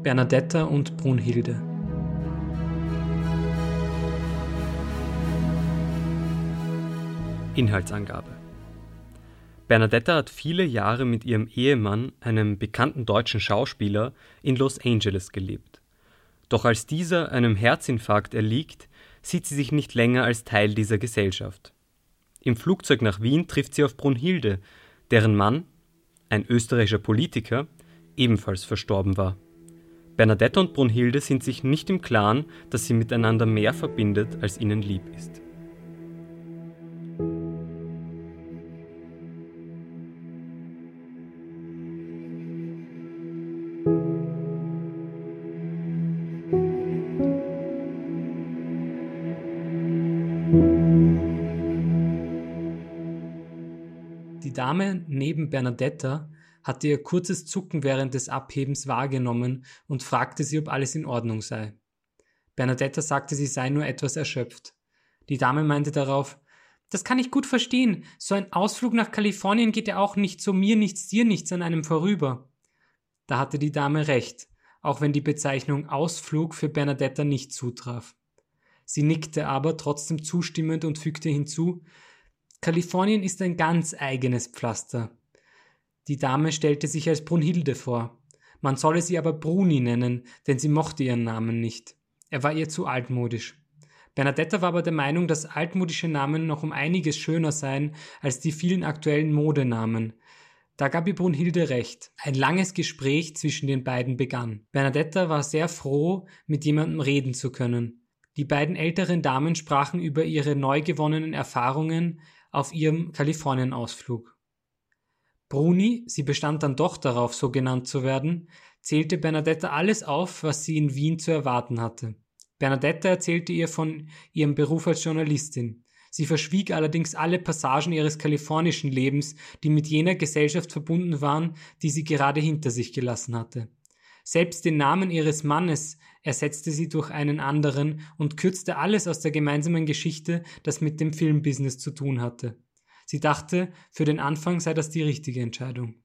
Bernadetta und Brunhilde. Inhaltsangabe. Bernadetta hat viele Jahre mit ihrem Ehemann, einem bekannten deutschen Schauspieler, in Los Angeles gelebt. Doch als dieser einem Herzinfarkt erliegt, sieht sie sich nicht länger als Teil dieser Gesellschaft. Im Flugzeug nach Wien trifft sie auf Brunhilde, deren Mann, ein österreichischer Politiker, ebenfalls verstorben war. Bernadetta und Brunhilde sind sich nicht im Klaren, dass sie miteinander mehr verbindet, als ihnen lieb ist. Die Dame neben Bernadetta hatte ihr kurzes Zucken während des Abhebens wahrgenommen und fragte sie, ob alles in Ordnung sei. Bernadetta sagte, sie sei nur etwas erschöpft. Die Dame meinte darauf: „Das kann ich gut verstehen. So ein Ausflug nach Kalifornien geht ja auch nicht so mir nichts, dir nichts an einem vorüber." Da hatte die Dame recht, auch wenn die Bezeichnung Ausflug für Bernadetta nicht zutraf. Sie nickte aber trotzdem zustimmend und fügte hinzu: „Kalifornien ist ein ganz eigenes Pflaster." Die Dame stellte sich als Brunhilde vor. Man solle sie aber Bruni nennen, denn sie mochte ihren Namen nicht. Er war ihr zu altmodisch. Bernadetta war aber der Meinung, dass altmodische Namen noch um einiges schöner seien als die vielen aktuellen Modenamen. Da gab ihr Brunhilde recht. Ein langes Gespräch zwischen den beiden begann. Bernadetta war sehr froh, mit jemandem reden zu können. Die beiden älteren Damen sprachen über ihre neu gewonnenen Erfahrungen auf ihrem Kalifornien-Ausflug. Bruni, sie bestand dann doch darauf, so genannt zu werden, zählte Bernadetta alles auf, was sie in Wien zu erwarten hatte. Bernadetta erzählte ihr von ihrem Beruf als Journalistin. Sie verschwieg allerdings alle Passagen ihres kalifornischen Lebens, die mit jener Gesellschaft verbunden waren, die sie gerade hinter sich gelassen hatte. Selbst den Namen ihres Mannes ersetzte sie durch einen anderen und kürzte alles aus der gemeinsamen Geschichte, das mit dem Filmbusiness zu tun hatte. Sie dachte, für den Anfang sei das die richtige Entscheidung.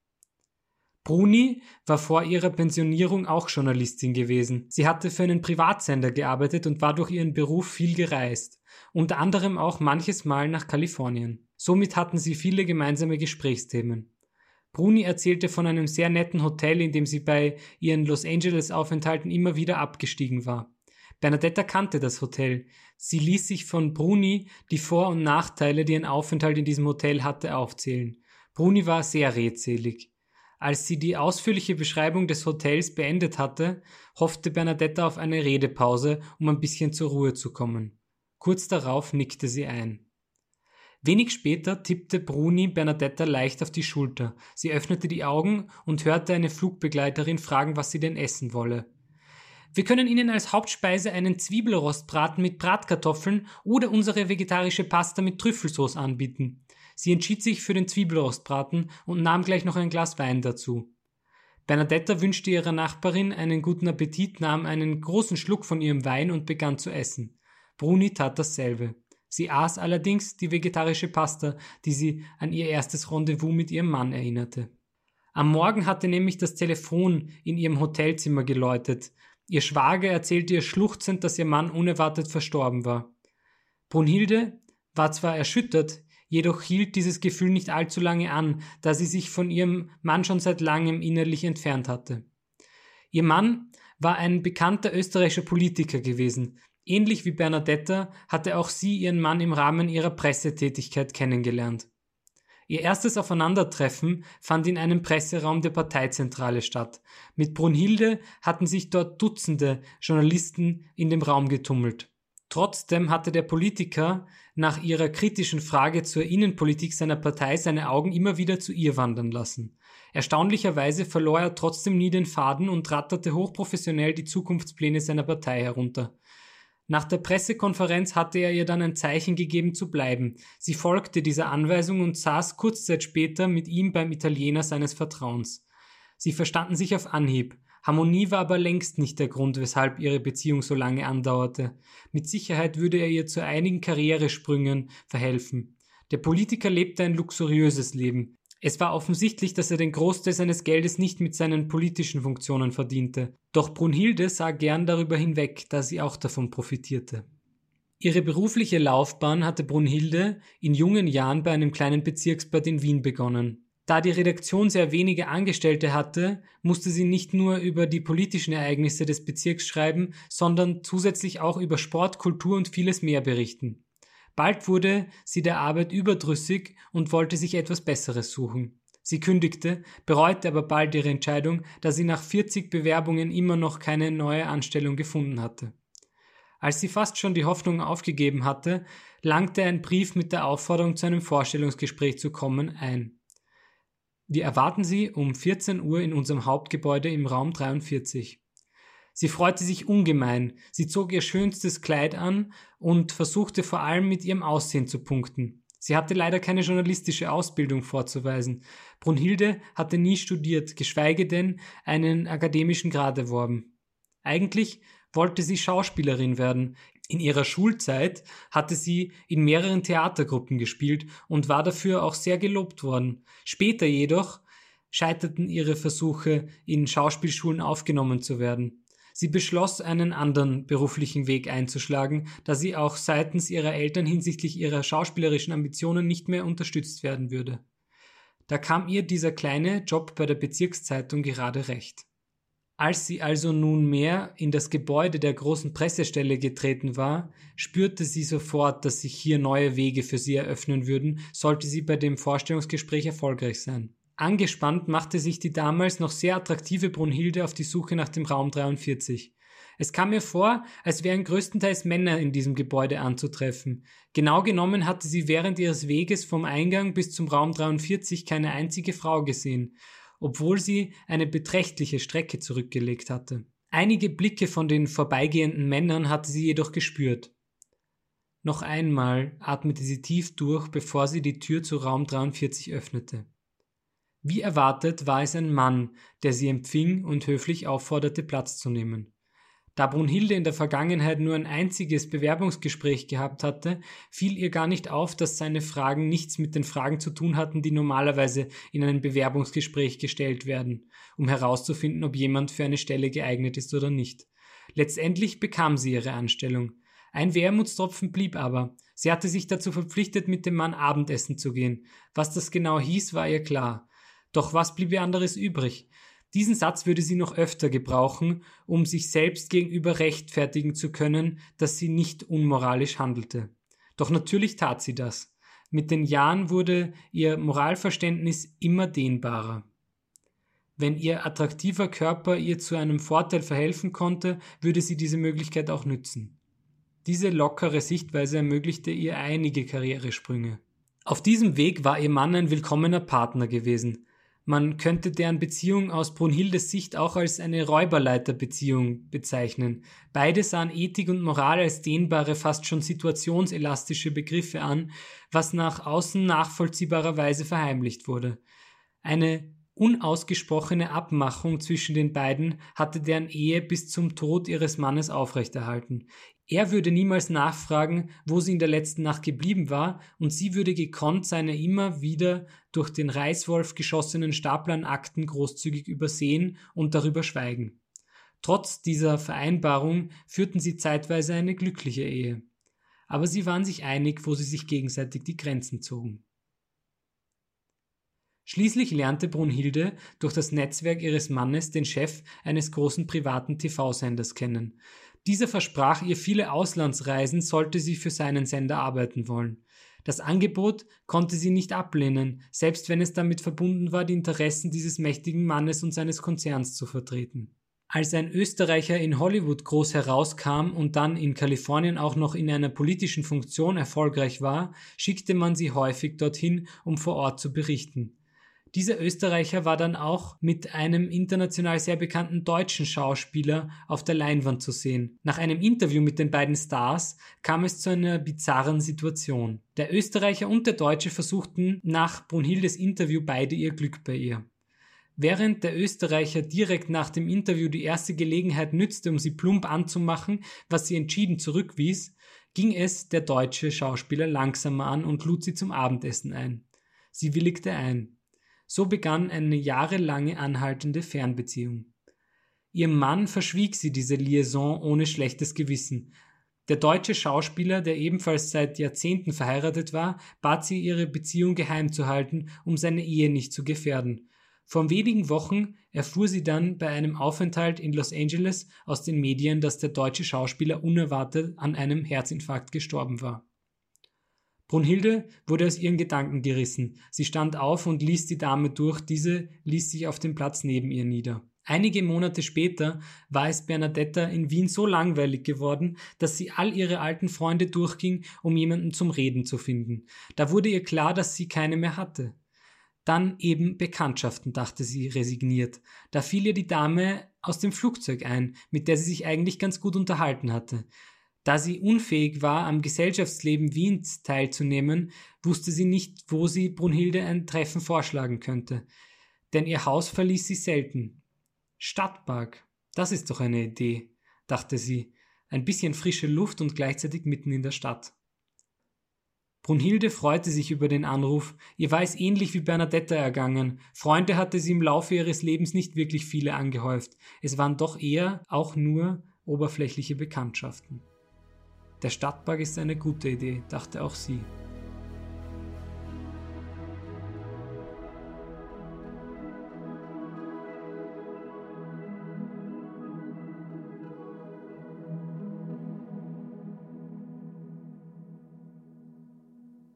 Bruni war vor ihrer Pensionierung auch Journalistin gewesen. Sie hatte für einen Privatsender gearbeitet und war durch ihren Beruf viel gereist, unter anderem auch manches Mal nach Kalifornien. Somit hatten sie viele gemeinsame Gesprächsthemen. Bruni erzählte von einem sehr netten Hotel, in dem sie bei ihren Los Angeles-Aufenthalten immer wieder abgestiegen war. Bernadetta kannte das Hotel. Sie ließ sich von Bruni die Vor- und Nachteile, die ein Aufenthalt in diesem Hotel hatte, aufzählen. Bruni war sehr redselig. Als sie die ausführliche Beschreibung des Hotels beendet hatte, hoffte Bernadetta auf eine Redepause, um ein bisschen zur Ruhe zu kommen. Kurz darauf nickte sie ein. Wenig später tippte Bruni Bernadetta leicht auf die Schulter. Sie öffnete die Augen und hörte eine Flugbegleiterin fragen, was sie denn essen wolle. „Wir können Ihnen als Hauptspeise einen Zwiebelrostbraten mit Bratkartoffeln oder unsere vegetarische Pasta mit Trüffelsauce anbieten." Sie entschied sich für den Zwiebelrostbraten und nahm gleich noch ein Glas Wein dazu. Bernadetta wünschte ihrer Nachbarin einen guten Appetit, nahm einen großen Schluck von ihrem Wein und begann zu essen. Bruni tat dasselbe. Sie aß allerdings die vegetarische Pasta, die sie an ihr erstes Rendezvous mit ihrem Mann erinnerte. Am Morgen hatte nämlich das Telefon in ihrem Hotelzimmer geläutet. Ihr Schwager erzählte ihr schluchzend, dass ihr Mann unerwartet verstorben war. Brunhilde war zwar erschüttert, jedoch hielt dieses Gefühl nicht allzu lange an, da sie sich von ihrem Mann schon seit langem innerlich entfernt hatte. Ihr Mann war ein bekannter österreichischer Politiker gewesen. Ähnlich wie Bernadetta hatte auch sie ihren Mann im Rahmen ihrer Pressetätigkeit kennengelernt. Ihr erstes Aufeinandertreffen fand in einem Presseraum der Parteizentrale statt. Mit Brunhilde hatten sich dort Dutzende Journalisten in dem Raum getummelt. Trotzdem hatte der Politiker nach ihrer kritischen Frage zur Innenpolitik seiner Partei seine Augen immer wieder zu ihr wandern lassen. Erstaunlicherweise verlor er trotzdem nie den Faden und ratterte hochprofessionell die Zukunftspläne seiner Partei herunter. Nach der Pressekonferenz hatte er ihr dann ein Zeichen gegeben zu bleiben. Sie folgte dieser Anweisung und saß kurz Zeit später mit ihm beim Italiener seines Vertrauens. Sie verstanden sich auf Anhieb. Harmonie war aber längst nicht der Grund, weshalb ihre Beziehung so lange andauerte. Mit Sicherheit würde er ihr zu einigen Karrieresprüngen verhelfen. Der Politiker lebte ein luxuriöses Leben. Es war offensichtlich, dass er den Großteil seines Geldes nicht mit seinen politischen Funktionen verdiente. Doch Brunhilde sah gern darüber hinweg, da sie auch davon profitierte. Ihre berufliche Laufbahn hatte Brunhilde in jungen Jahren bei einem kleinen Bezirksblatt in Wien begonnen. Da die Redaktion sehr wenige Angestellte hatte, musste sie nicht nur über die politischen Ereignisse des Bezirks schreiben, sondern zusätzlich auch über Sport, Kultur und vieles mehr berichten. Bald wurde sie der Arbeit überdrüssig und wollte sich etwas Besseres suchen. Sie kündigte, bereute aber bald ihre Entscheidung, da sie nach 40 Bewerbungen immer noch keine neue Anstellung gefunden hatte. Als sie fast schon die Hoffnung aufgegeben hatte, langte ein Brief mit der Aufforderung, zu einem Vorstellungsgespräch zu kommen, ein. Wir erwarten Sie um 14 Uhr in unserem Hauptgebäude im Raum 43. Sie freute sich ungemein, sie zog ihr schönstes Kleid an und versuchte vor allem mit ihrem Aussehen zu punkten. Sie hatte leider keine journalistische Ausbildung vorzuweisen. Brunhilde hatte nie studiert, geschweige denn einen akademischen Grad erworben. Eigentlich wollte sie Schauspielerin werden. In ihrer Schulzeit hatte sie in mehreren Theatergruppen gespielt und war dafür auch sehr gelobt worden. Später jedoch scheiterten ihre Versuche, in Schauspielschulen aufgenommen zu werden. Sie beschloss, einen anderen beruflichen Weg einzuschlagen, da sie auch seitens ihrer Eltern hinsichtlich ihrer schauspielerischen Ambitionen nicht mehr unterstützt werden würde. Da kam ihr dieser kleine Job bei der Bezirkszeitung gerade recht. Als sie also nunmehr in das Gebäude der großen Pressestelle getreten war, spürte sie sofort, dass sich hier neue Wege für sie eröffnen würden, sollte sie bei dem Vorstellungsgespräch erfolgreich sein. Angespannt machte sich die damals noch sehr attraktive Brunhilde auf die Suche nach dem Raum 43. Es kam ihr vor, als wären größtenteils Männer in diesem Gebäude anzutreffen. Genau genommen hatte sie während ihres Weges vom Eingang bis zum Raum 43 keine einzige Frau gesehen, obwohl sie eine beträchtliche Strecke zurückgelegt hatte. Einige Blicke von den vorbeigehenden Männern hatte sie jedoch gespürt. Noch einmal atmete sie tief durch, bevor sie die Tür zu Raum 43 öffnete. Wie erwartet war es ein Mann, der sie empfing und höflich aufforderte, Platz zu nehmen. Da Brunhilde in der Vergangenheit nur ein einziges Bewerbungsgespräch gehabt hatte, fiel ihr gar nicht auf, dass seine Fragen nichts mit den Fragen zu tun hatten, die normalerweise in einem Bewerbungsgespräch gestellt werden, um herauszufinden, ob jemand für eine Stelle geeignet ist oder nicht. Letztendlich bekam sie ihre Anstellung. Ein Wermutstropfen blieb aber. Sie hatte sich dazu verpflichtet, mit dem Mann Abendessen zu gehen. Was das genau hieß, war ihr klar. Doch was blieb ihr anderes übrig? Diesen Satz würde sie noch öfter gebrauchen, um sich selbst gegenüber rechtfertigen zu können, dass sie nicht unmoralisch handelte. Doch natürlich tat sie das. Mit den Jahren wurde ihr Moralverständnis immer dehnbarer. Wenn ihr attraktiver Körper ihr zu einem Vorteil verhelfen konnte, würde sie diese Möglichkeit auch nützen. Diese lockere Sichtweise ermöglichte ihr einige Karrieresprünge. Auf diesem Weg war ihr Mann ein willkommener Partner gewesen. Man könnte deren Beziehung aus Brunhildes Sicht auch als eine Räuberleiterbeziehung bezeichnen. Beide sahen Ethik und Moral als dehnbare, fast schon situationselastische Begriffe an, was nach außen nachvollziehbarerweise verheimlicht wurde. Eine unausgesprochene Abmachung zwischen den beiden hatte deren Ehe bis zum Tod ihres Mannes aufrechterhalten. Er würde niemals nachfragen, wo sie in der letzten Nacht geblieben war, und sie würde gekonnt seine immer wieder durch den Reißwolf geschossenen Stapel an Akten großzügig übersehen und darüber schweigen. Trotz dieser Vereinbarung führten sie zeitweise eine glückliche Ehe. Aber sie waren sich einig, wo sie sich gegenseitig die Grenzen zogen. Schließlich lernte Brunhilde durch das Netzwerk ihres Mannes den Chef eines großen privaten TV-Senders kennen. Dieser versprach ihr viele Auslandsreisen, sollte sie für seinen Sender arbeiten wollen. Das Angebot konnte sie nicht ablehnen, selbst wenn es damit verbunden war, die Interessen dieses mächtigen Mannes und seines Konzerns zu vertreten. Als ein Österreicher in Hollywood groß herauskam und dann in Kalifornien auch noch in einer politischen Funktion erfolgreich war, schickte man sie häufig dorthin, um vor Ort zu berichten. Dieser Österreicher war dann auch mit einem international sehr bekannten deutschen Schauspieler auf der Leinwand zu sehen. Nach einem Interview mit den beiden Stars kam es zu einer bizarren Situation. Der Österreicher und der Deutsche versuchten nach Brunhildes Interview beide ihr Glück bei ihr. Während der Österreicher direkt nach dem Interview die erste Gelegenheit nützte, um sie plump anzumachen, was sie entschieden zurückwies, ging es der deutsche Schauspieler langsamer an und lud sie zum Abendessen ein. Sie willigte ein. So begann eine jahrelange anhaltende Fernbeziehung. Ihrem Mann verschwieg sie diese Liaison ohne schlechtes Gewissen. Der deutsche Schauspieler, der ebenfalls seit Jahrzehnten verheiratet war, bat sie, ihre Beziehung geheim zu halten, um seine Ehe nicht zu gefährden. Vor wenigen Wochen erfuhr sie dann bei einem Aufenthalt in Los Angeles aus den Medien, dass der deutsche Schauspieler unerwartet an einem Herzinfarkt gestorben war. Brunhilde wurde aus ihren Gedanken gerissen. Sie stand auf und ließ die Dame durch, diese ließ sich auf dem Platz neben ihr nieder. Einige Monate später war es Bernadetta in Wien so langweilig geworden, dass sie all ihre alten Freunde durchging, um jemanden zum Reden zu finden. Da wurde ihr klar, dass sie keine mehr hatte. Dann eben Bekanntschaften, dachte sie resigniert. Da fiel ihr die Dame aus dem Flugzeug ein, mit der sie sich eigentlich ganz gut unterhalten hatte. Da sie unfähig war, am Gesellschaftsleben Wiens teilzunehmen, wusste sie nicht, wo sie Brunhilde ein Treffen vorschlagen könnte. Denn ihr Haus verließ sie selten. Stadtpark, das ist doch eine Idee, dachte sie. Ein bisschen frische Luft und gleichzeitig mitten in der Stadt. Brunhilde freute sich über den Anruf. Ihr war es ähnlich wie Bernadetta ergangen. Freunde hatte sie im Laufe ihres Lebens nicht wirklich viele angehäuft. Es waren doch eher auch nur oberflächliche Bekanntschaften. Der Stadtpark ist eine gute Idee, dachte auch sie.